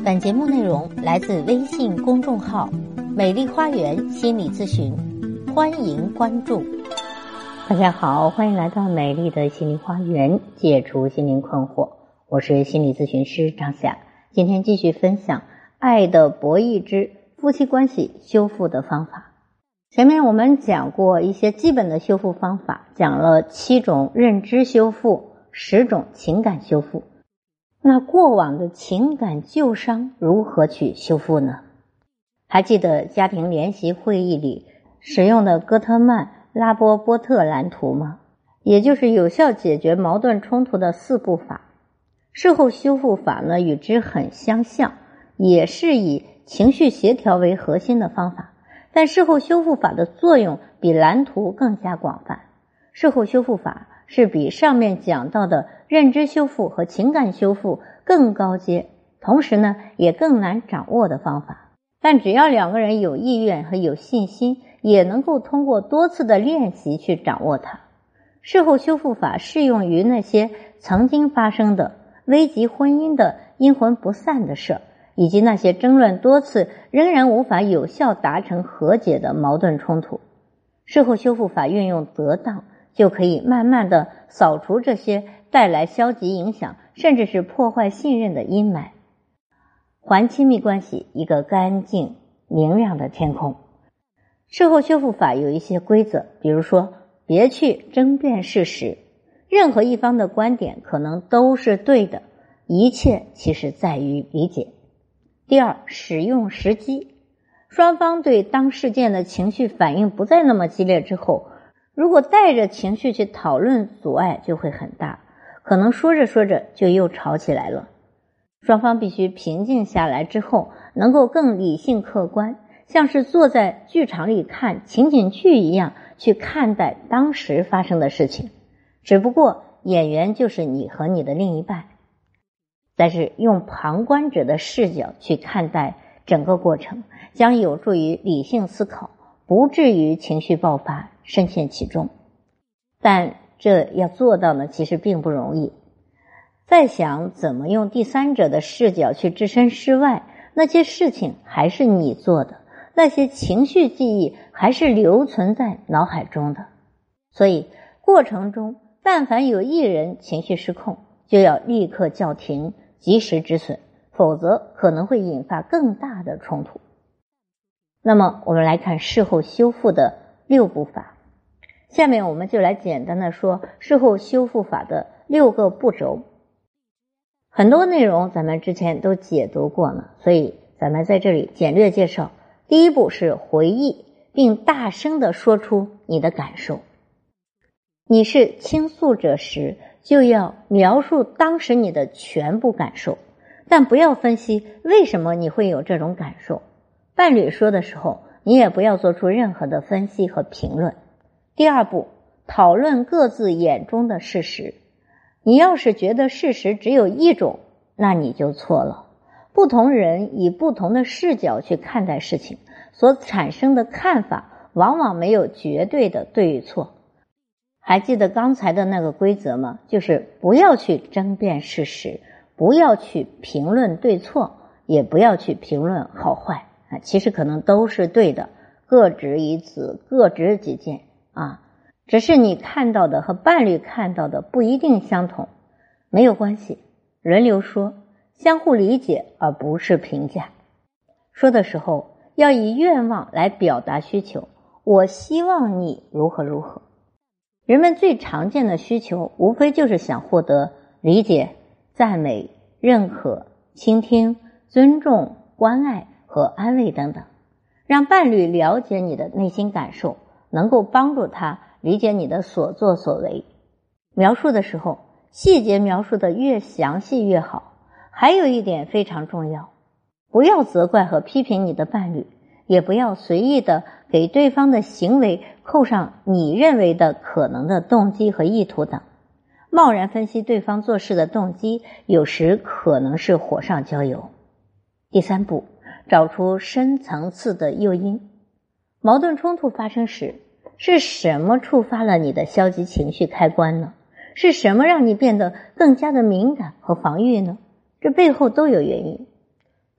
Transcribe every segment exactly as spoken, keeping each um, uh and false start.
本节目内容来自微信公众号美丽花园心理咨询，欢迎关注。大家好，欢迎来到美丽的心理花园，解除心灵困惑。我是心理咨询师张霞，今天继续分享爱的博弈之夫妻关系修复的方法。前面我们讲过一些基本的修复方法，讲了七种认知修复，十种情感修复。那过往的情感旧伤如何去修复呢？还记得家庭联席会议里使用的戈特曼拉波波特蓝图吗？也就是有效解决矛盾冲突的四步法。事后修复法呢，与之很相像，也是以情绪协调为核心的方法，但事后修复法的作用比蓝图更加广泛。事后修复法是比上面讲到的认知修复和情感修复更高阶，同时呢也更难掌握的方法。但只要两个人有意愿和有信心，也能够通过多次的练习去掌握它。事后修复法适用于那些曾经发生的危及婚姻的阴魂不散的事，以及那些争论多次仍然无法有效达成和解的矛盾冲突。事后修复法运用得当，就可以慢慢的扫除这些带来消极影响，甚至是破坏信任的阴霾，还亲密关系一个干净明亮的天空。事后修复法有一些规则，比如说别去争辩事实，任何一方的观点可能都是对的，一切其实在于理解。第二，使用时机，双方对当事件的情绪反应不再那么激烈之后，如果带着情绪去讨论，阻碍就会很大，可能说着说着就又吵起来了。双方必须平静下来之后，能够更理性客观，像是坐在剧场里看情景剧一样去看待当时发生的事情，只不过演员就是你和你的另一半，但是用旁观者的视角去看待整个过程，将有助于理性思考，不至于情绪爆发深陷其中。但这要做到呢，其实并不容易。再想怎么用第三者的视角去置身事外，那些事情还是你做的，那些情绪记忆还是留存在脑海中的。所以过程中但凡有一人情绪失控，就要立刻叫停，及时止损，否则可能会引发更大的冲突。那么我们来看事后修复的六步法。下面我们就来简单的说事后修复法的六个步骤。很多内容咱们之前都解读过了，所以咱们在这里简略介绍。第一步是回忆，并大声地说出你的感受。你是倾诉者时，就要描述当时你的全部感受，但不要分析为什么你会有这种感受。伴侣说的时候，你也不要做出任何的分析和评论。第二步，讨论各自眼中的事实。你要是觉得事实只有一种，那你就错了。不同人以不同的视角去看待事情，所产生的看法往往没有绝对的对与错。还记得刚才的那个规则吗？就是不要去争辩事实，不要去评论对错，也不要去评论好坏啊，其实可能都是对的，各执一词，各执己见啊。只是你看到的和伴侣看到的不一定相同，没有关系，轮流说，相互理解而不是评价。说的时候要以愿望来表达需求，我希望你如何如何。人们最常见的需求无非就是想获得理解、赞美、认可、倾听、尊重、关爱和安慰等等。让伴侣了解你的内心感受，能够帮助他理解你的所作所为。描述的时候，细节描述的越详细越好。还有一点非常重要，不要责怪和批评你的伴侣，也不要随意的给对方的行为扣上你认为的可能的动机和意图等。贸然分析对方做事的动机，有时可能是火上浇油。第三步，找出深层次的诱因。矛盾冲突发生时，是什么触发了你的消极情绪开关呢？是什么让你变得更加的敏感和防御呢？这背后都有原因。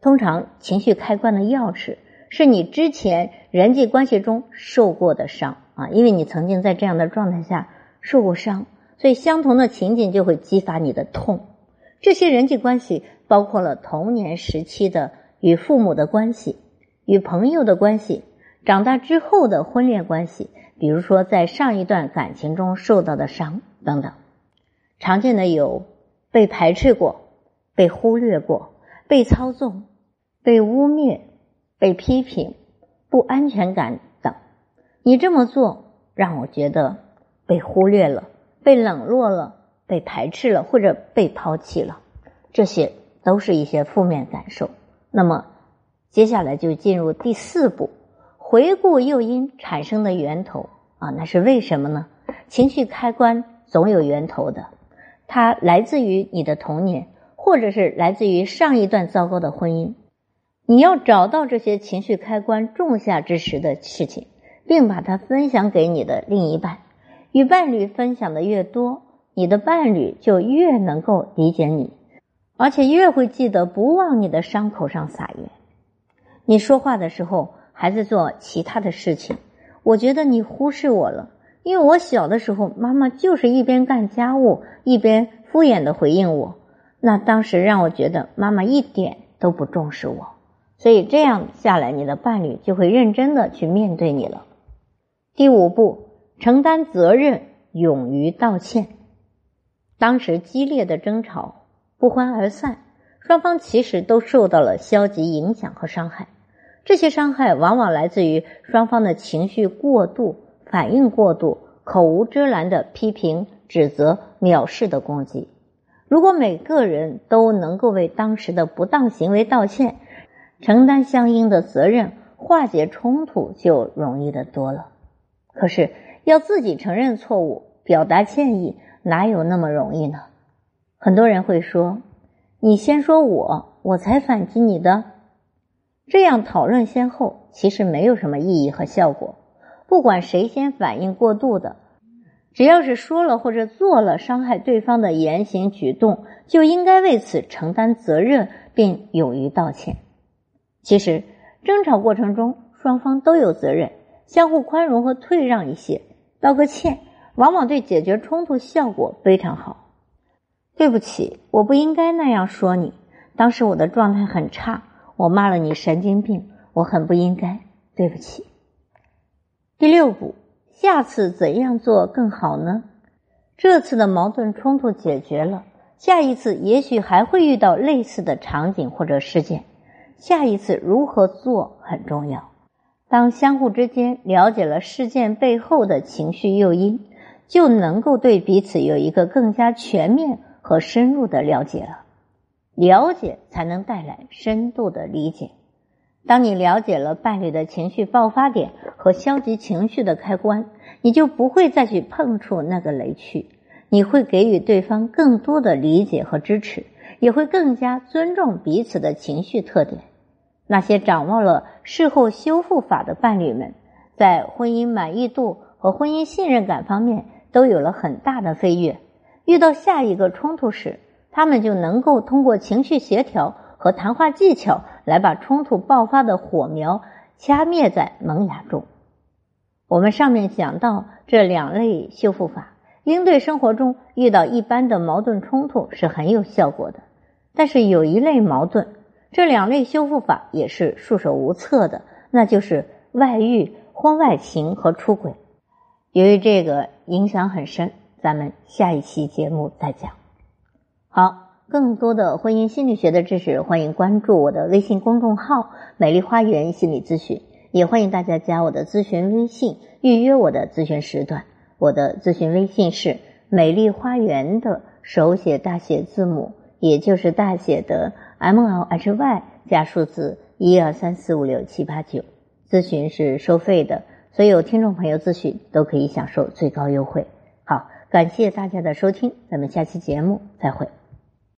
通常情绪开关的钥匙是你之前人际关系中受过的伤啊，因为你曾经在这样的状态下受过伤，所以相同的情景就会激发你的痛。这些人际关系包括了童年时期的与父母的关系，与朋友的关系，长大之后的婚恋关系，比如说在上一段感情中受到的伤等等。常见的有被排斥过、被忽略过、被操纵、被污蔑、被批评、不安全感等。你这么做让我觉得被忽略了、被冷落了、被排斥了或者被抛弃了，这些都是一些负面感受。那么接下来就进入第四步，回顾诱因产生的源头啊，那是为什么呢？情绪开关总有源头的，它来自于你的童年，或者是来自于上一段糟糕的婚姻。你要找到这些情绪开关种下之时的事情，并把它分享给你的另一半。与伴侣分享的越多，你的伴侣就越能够理解你，而且越会记得不往你的伤口上撒盐。你说话的时候还在做其他的事情，我觉得你忽视我了，因为我小的时候妈妈就是一边干家务一边敷衍地回应我，那当时让我觉得妈妈一点都不重视我。所以这样下来，你的伴侣就会认真地去面对你了。第五步，承担责任，勇于道歉。当时激烈的争吵，不欢而散，双方其实都受到了消极影响和伤害。这些伤害往往来自于双方的情绪过度、反应过度、口无遮拦的批评、指责、藐视的攻击。如果每个人都能够为当时的不当行为道歉，承担相应的责任，化解冲突就容易得多了。可是要自己承认错误，表达歉意，哪有那么容易呢？很多人会说，你先说我，我才反击你的。这样讨论先后其实没有什么意义和效果。不管谁先反应过度的，只要是说了或者做了伤害对方的言行举动，就应该为此承担责任，并勇于道歉。其实争吵过程中双方都有责任，相互宽容和退让一些，道个歉往往对解决冲突效果非常好。对不起，我不应该那样说你，当时我的状态很差，我骂了你神经病，我很不应该，对不起。第六步，下次怎样做更好呢？这次的矛盾冲突解决了，下一次也许还会遇到类似的场景或者事件，下一次如何做很重要。当相互之间了解了事件背后的情绪诱因，就能够对彼此有一个更加全面和深入的了解了。了解才能带来深度的理解。当你了解了伴侣的情绪爆发点和消极情绪的开关，你就不会再去碰触那个雷区，你会给予对方更多的理解和支持，也会更加尊重彼此的情绪特点。那些掌握了事后修复法的伴侣们，在婚姻满意度和婚姻信任感方面都有了很大的飞跃。遇到下一个冲突时，他们就能够通过情绪协调和谈话技巧来把冲突爆发的火苗掐灭在萌芽中。我们上面讲到这两类修复法，应对生活中遇到一般的矛盾冲突是很有效果的。但是有一类矛盾，这两类修复法也是束手无策的，那就是外遇、婚外情和出轨。由于这个影响很深，咱们下一期节目再讲。好，更多的婚姻心理学的知识，欢迎关注我的微信公众号美丽花园心理咨询，也欢迎大家加我的咨询微信，预约我的咨询时段。我的咨询微信是美丽花园的手写大写字母，也就是大写的 M L H Y 加数字一二三四五六七八九。咨询是收费的，所有听众朋友咨询都可以享受最高优惠。好，感谢大家的收听，咱们下期节目再会。